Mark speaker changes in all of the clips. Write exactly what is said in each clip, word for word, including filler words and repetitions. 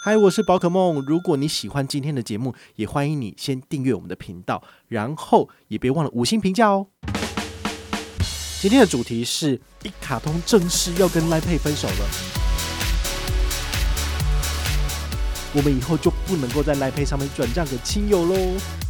Speaker 1: 嗨，我是宝可梦。如果你喜欢今天的节目，也欢迎你先订阅我们的频道，然后也别忘了五星评价哦。今天的主题是一卡通正式要跟 Line Pay 分手了，我们以后就不能够在 Line Pay 上面转账给亲友喽。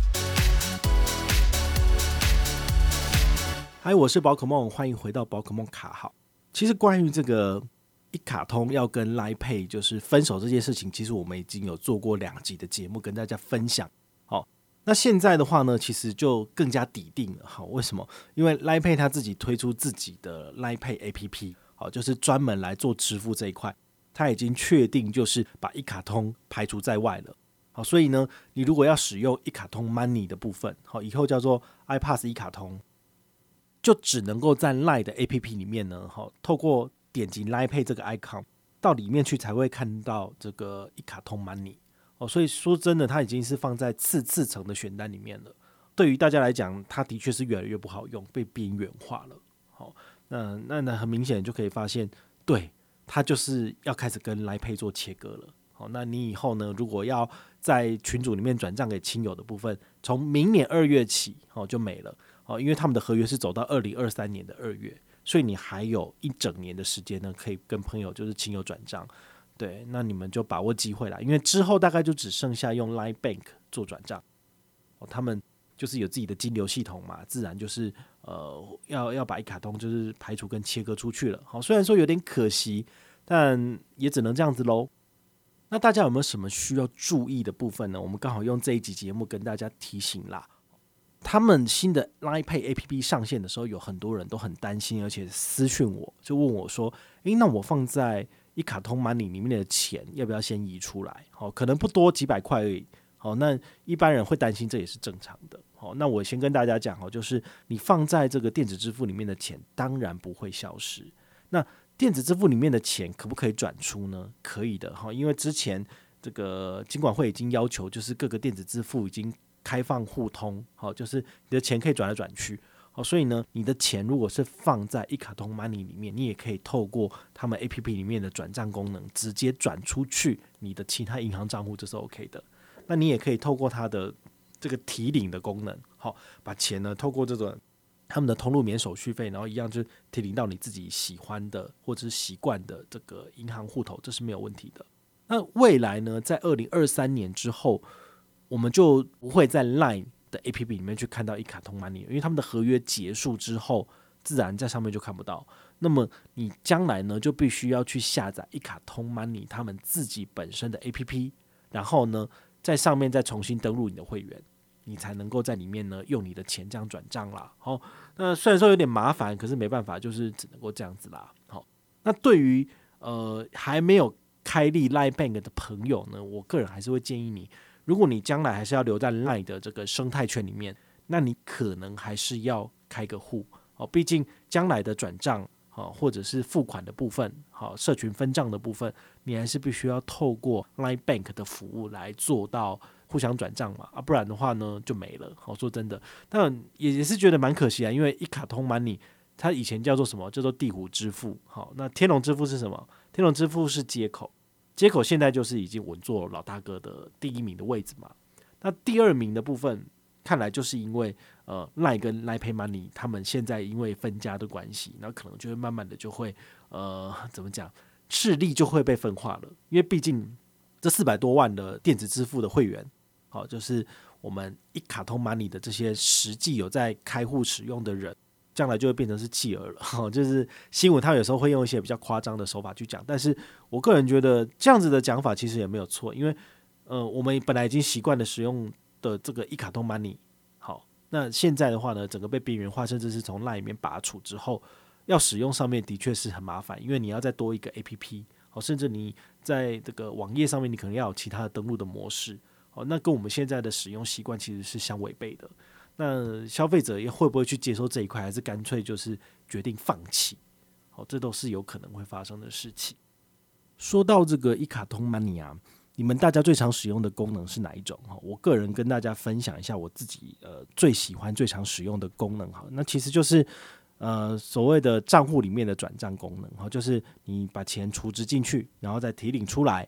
Speaker 1: 嗨，我是宝可梦，欢迎回到宝可梦卡号。其实关于这个一卡通要跟 Line Pay 就是分手这件事情，其实我们已经有做过两集的节目跟大家分享。好，那现在的话呢，其实就更加笃定了。好，为什么？因为 Line Pay 他自己推出自己的 Line Pay A P P， 好，就是专门来做支付这一块，他已经确定就是把一卡通排除在外了。好，所以呢，你如果要使用一卡通 Money 的部分，好，以后叫做 iPass 一卡通，就只能够在 Line 的 A P P 里面呢，好，透过点击 Line Pay 这个 icon 到里面去才会看到这个一卡通 money 哦，所以说真的，它已经是放在次次层的选单里面了。对于大家来讲，它的确是越来越不好用，被边缘化了。好，那那那很明显就可以发现，对，它就是要开始跟 Line Pay 做切割了。好，那你以后呢，如果要在群组里面转账给亲友的部分，从明年二月起，哦就没了。哦，因为他们的合约是走到二零二三年的二月。所以你还有一整年的时间呢，可以跟朋友就是亲友转账，对，那你们就把握机会啦，因为之后大概就只剩下用 Line Bank 做转账，哦，他们就是有自己的金流系统嘛，自然就是呃要要把一卡通就是排除跟切割出去了。好，虽然说有点可惜，但也只能这样子喽。那大家有没有什么需要注意的部分呢？我们刚好用这一集节目跟大家提醒啦。他们新的 Line Pay A P P 上线的时候，有很多人都很担心，而且私讯我就问我说：“诶，那我放在一卡通 Money 里面的钱要不要先移出来？好，可能不多，几百块而已。好，那一般人会担心，这也是正常的。好，那我先跟大家讲，好，就是你放在这个电子支付里面的钱，当然不会消失。那电子支付里面的钱可不可以转出呢？可以的，因为之前这个金管会已经要求，就是各个电子支付已经开放互通，好，就是你的钱可以转来转去，好，所以呢，你的钱如果是放在一卡通 Money 里面，你也可以透过他们 A P P 里面的转账功能，直接转出去你的其他银行账户，这是 OK 的。那你也可以透过它的这个提领的功能，好，把钱呢透过这种他们的通路免手续费，然后一样就提领到你自己喜欢的或者是习惯的这个银行户头，这是没有问题的。那未来呢，在二零二三年之后，我们就不会在 Line 的 A P P 里面去看到一卡通 Money， 因为他们的合约结束之后，自然在上面就看不到。那么你将来呢，就必须要去下载一卡通 Money 他们自己本身的 A P P， 然后呢，在上面再重新登录你的会员，你才能够在里面呢用你的钱这样转账啦。好，那虽然说有点麻烦，可是没办法，就是只能够这样子啦。好，那对于呃还没有开立 Line Bank 的朋友呢，我个人还是会建议你。如果你将来还是要留在 Line 的这个生态圈里面，那你可能还是要开个户，毕竟将来的转账或者是付款的部分，社群分账的部分，你还是必须要透过 Line Bank 的服务来做到互相转账嘛，啊，不然的话呢就没了。好，说真的，但也是觉得蛮可惜啊，因为一卡通 Money 它以前叫做什么？叫做地虎支付。好，那天龙支付是什么？天龙支付是接口。接口现在就是已经稳坐老大哥的第一名的位置嘛，那第二名的部分看来就是因为呃 Line 跟 Line Pay Money 他们现在因为分家的关系，那可能就会慢慢的就会呃怎么讲，势力就会被分化了，因为毕竟这四百多万的电子支付的会员，好，就是我们一卡通 Money 的这些实际有在开户使用的人，将来就会变成是企鹅了，就是新闻他有时候会用一些比较夸张的手法去讲，但是我个人觉得这样子的讲法其实也没有错，因为呃我们本来已经习惯了使用的这个一卡通 Money， 好，那现在的话呢，整个被边缘化，甚至是从 Line 里面拔除之后，要使用上面的确是很麻烦，因为你要再多一个 A P P， 好，甚至你在这个网页上面你可能要有其他的登录的模式，好，那跟我们现在的使用习惯其实是相违背的。那消费者也会不会去接受这一块，还是干脆就是决定放弃？好，这都是有可能会发生的事情。说到这个一卡通 Money 啊，你们大家最常使用的功能是哪一种？我个人跟大家分享一下我自己呃最喜欢、最常使用的功能。那其实就是呃所谓的账户里面的转账功能，就是你把钱储值进去，然后再提领出来。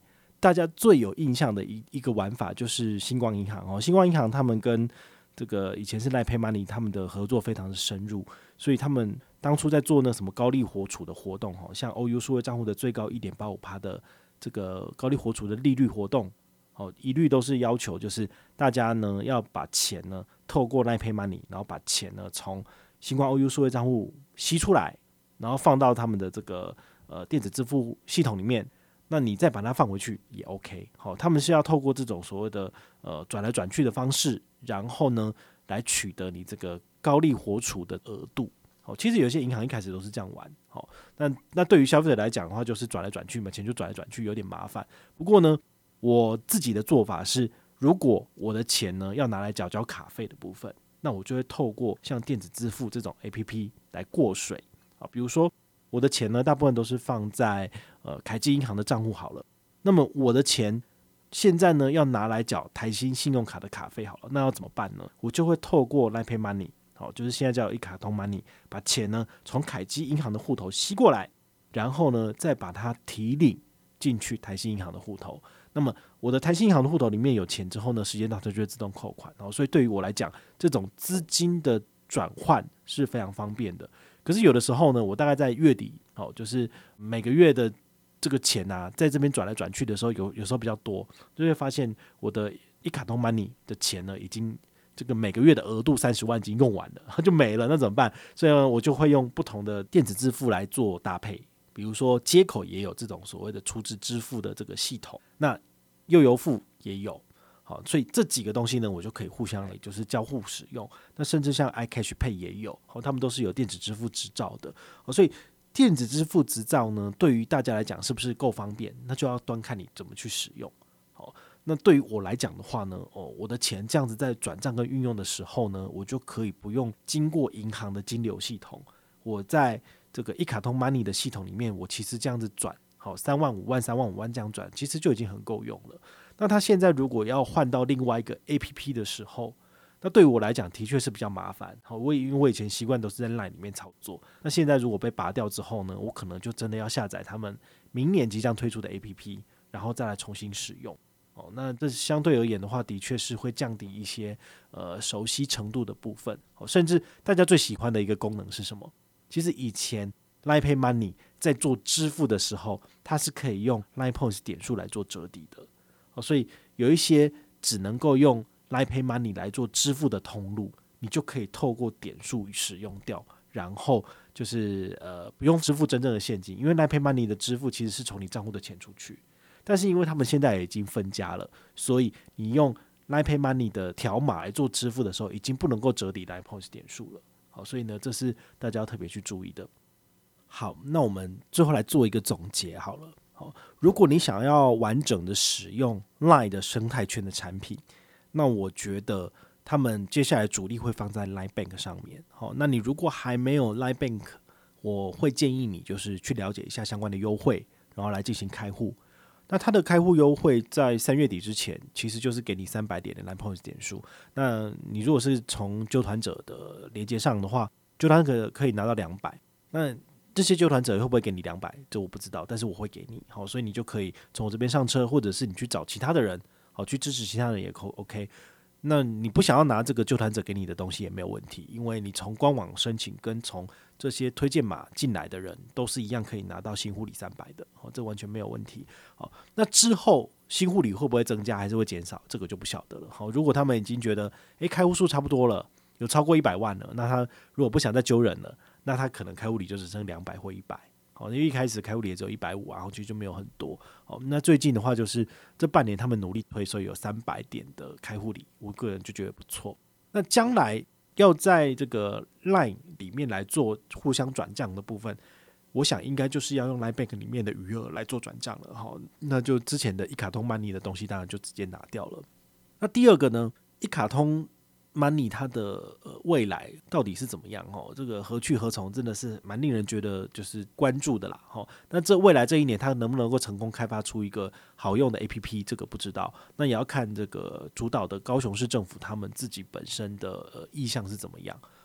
Speaker 1: 大家最有印象的一一个玩法就是星光银行哦，星光银行他们跟这个以前是 Line Pay Money 他们的合作非常的深入，所以他们当初在做那什么高利活储的活动，像 O U 数位账户的最高 百分之一点八五 的这个高利活储的利率活动，一律都是要求就是大家呢要把钱呢透过 Line Pay Money， 然后把钱呢从星光 O U 数位账户吸出来，然后放到他们的这个呃电子支付系统里面。那你再把它放回去也 OK， 好，他们是要透过这种所谓的呃转来转去的方式，然后呢来取得你这个高利活储的额度。好，其实有些银行一开始都是这样玩，好，那那对于消费者来讲的话，就是转来转去嘛，钱就转来转去，有点麻烦。不过呢，我自己的做法是，如果我的钱呢要拿来缴交卡费的部分，那我就会透过像电子支付这种 A P P 来过水。好，比如说我的钱呢，大部分都是放在呃凯基银行的账户好了。那么我的钱现在呢要拿来缴台新信用卡的卡费好了，那要怎么办呢？我就会透过 Line Pay Money， 好，就是现在叫一卡通 Money， 把钱呢从凯基银行的户头吸过来，然后呢再把它提领进去台新银行的户头。那么我的台新银行的户头里面有钱之后呢，时间到它就会自动扣款。所以对于我来讲，这种资金的转换是非常方便的。可是有的时候呢，我大概在月底，哦，就是每个月的这个钱啊，在这边转来转去的时候，有有时候比较多，就会发现我的一卡通 money 的钱呢，已经这个每个月的额度三十万已经用完了，就没了，那怎么办？所以呢，我就会用不同的电子支付来做搭配，比如说街口也有这种所谓的储值支付的这个系统，那悠游付也有。好，所以这几个东西呢，我就可以互相就是交互使用。那甚至像 iCash Pay 也有，他们都是有电子支付执照的。所以电子支付执照呢，对于大家来讲是不是够方便？那就要端看你怎么去使用。好，那对于我来讲的话呢，哦，我的钱这样子在转账跟运用的时候呢，我就可以不用经过银行的金流系统，我在这个一卡通 Money 的系统里面，我其实这样子转，好，三万五万三万五万这样转，其实就已经很够用了。那他现在如果要换到另外一个 A P P 的时候，那对于我来讲的确是比较麻烦。好，我因为我以前习惯都是在 LINE 里面操作，那现在如果被拔掉之后呢，我可能就真的要下载他们明年即将推出的 A P P， 然后再来重新使用。哦，那这相对而言的话，的确是会降低一些呃熟悉程度的部分。哦，甚至大家最喜欢的一个功能是什么？其实以前 Line Pay Money 在做支付的时候，它是可以用 Line Points 点数来做折抵的。所以有一些只能够用 Line Pay Money 来做支付的通路，你就可以透过点数使用掉，然后就是呃不用支付真正的现金，因为 Line Pay Money 的支付其实是从你账户的钱出去，但是因为他们现在已经分家了，所以你用 Line Pay Money 的条码来做支付的时候，已经不能够折抵 Line Points 点数了。好，所以呢，这是大家要特别去注意的。好，那我们最后来做一个总结好了。好，如果你想要完整的使用 Line 的生态圈的产品，那我觉得他们接下来主力会放在 Line Bank 上面。好，那你如果还没有 Line Bank， 我会建议你就是去了解一下相关的优惠，然后来进行开户。那它的开户优惠在三月底之前，其实就是给你三百点的 Line Points 点数。那你如果是从纠团者的连结上的话，纠团者可以拿到两百。那这些纠团者会不会给你两百？这我不知道，但是我会给你。好，所以你就可以从我这边上车，或者是你去找其他的人，好，去支持其他人也 OK。那你不想要拿这个纠团者给你的东西也没有问题，因为你从官网申请跟从这些推荐码进来的人都是一样可以拿到新护理三百的，好，这完全没有问题。好，那之后新护理会不会增加还是会减少，这个就不晓得了。好，如果他们已经觉得诶开户数差不多了，有超过一百万了，那他如果不想再揪人了，那他可能开户里就只剩两百或一百。好，因为一开始开户里也只有一百五啊，然后其实就没有很多。好，那最近的话就是这半年他们努力推，所以有三百点的开户里，我个人就觉得不错。那将来要在这个 Line 里面来做互相转账的部分，我想应该就是要用 Line Bank 里面的余额来做转账了。好，那就之前的一卡通 Money 的东西当然就直接拿掉了。那第二个呢，一卡通Money 它的、呃、未来到底是怎么样？哦，这个何去何从，真的是蛮令人觉得就是关注的啦。哦，那这未来这一年，它能不能够成功开发出一个好用的 A P P， 这个不知道。那也要看这个主导的高雄市政府他们自己本身的、呃、意向是怎么样。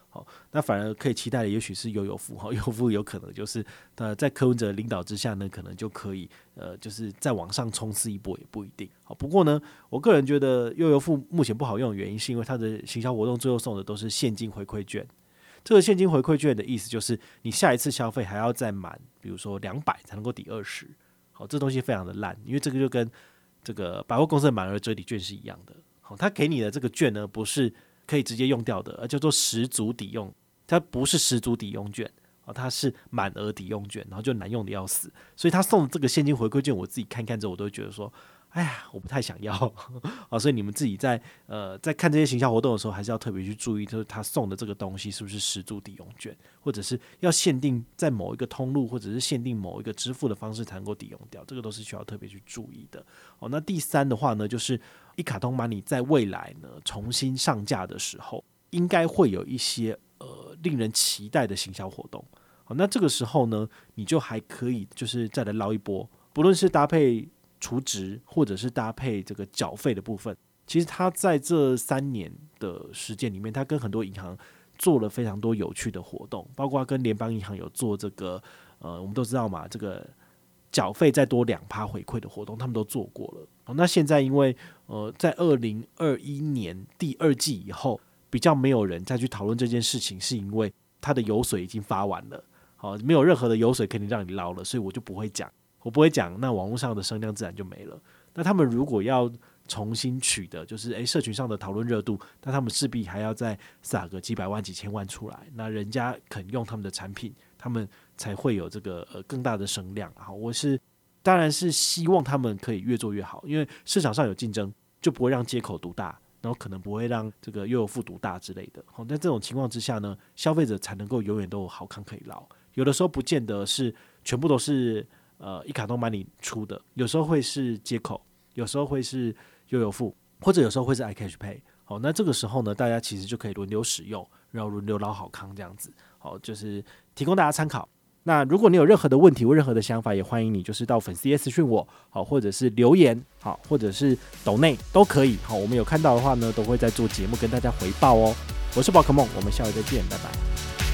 Speaker 1: 好，那反而可以期待的也许是悠游付，悠游付有可能就是呃在柯文哲领导之下呢，可能就可以呃就是再往上冲刺一波也不一定。好，不过呢，我个人觉得悠游付目前不好用的原因，是因为它的行销活动最后送的都是现金回馈券。这个现金回馈券的意思就是，你下一次消费还要再满，比如说两百才能够抵二十。好，这东西非常的烂，因为这个就跟这个百货公司的满额折抵券是一样的。好，他给你的这个券呢，不是可以直接用掉的，而叫做十足抵用，它不是十足抵用券，它是满额抵用券，然后就难用的要死。所以他送的这个现金回馈券，我自己看看之后，我都会觉得说，哎呀，我不太想要。好，所以你们自己在呃在看这些行销活动的时候，还是要特别去注意，就是他送的这个东西是不是十足抵用券，或者是要限定在某一个通路，或者是限定某一个支付的方式才能够抵用掉，这个都是需要特别去注意的。哦，那第三的话呢，就是一卡通 Money 在未来呢重新上架的时候，应该会有一些呃令人期待的行销活动。好，那这个时候呢，你就还可以就是再来捞一波，不论是搭配储值或者是搭配这个缴费的部分，其实它在这三年的时间里面，它跟很多银行做了非常多有趣的活动，包括跟联邦银行有做这个呃，我们都知道嘛，这个缴费再多 百分之二 回馈的活动，他们都做过了。好，那现在因为呃，在二零二一年第二季以后，比较没有人再去讨论这件事情，是因为它的油水已经发完了，好，没有任何的油水可以让你捞了，所以我就不会讲。我不会讲，那网络上的声量自然就没了。那他们如果要重新取得，就是诶社群上的讨论热度，那他们势必还要再撒个几百万、几千万出来，那人家肯用他们的产品，他们才会有这个呃更大的声量。好，我是当然是希望他们可以越做越好，因为市场上有竞争，就不会让街口独大，然后可能不会让这个悠游付独大之类的。好，在这种情况之下呢，消费者才能够永远都有好康可以捞。有的时候不见得是全部都是。呃，一卡通 Money 出的，有时候会是街口，有时候会是悠游付，或者有时候会是 iCash Pay。好，那这个时候呢，大家其实就可以轮流使用，然后轮流捞好康这样子。好，就是提供大家参考。那如果你有任何的问题或任何的想法，也欢迎你就是到粉丝页私讯我，好，或者是留言，好，或者是抖内都可以。好，我们有看到的话呢，都会在做节目跟大家回报哦。我是宝可梦，我们下回再见，拜拜。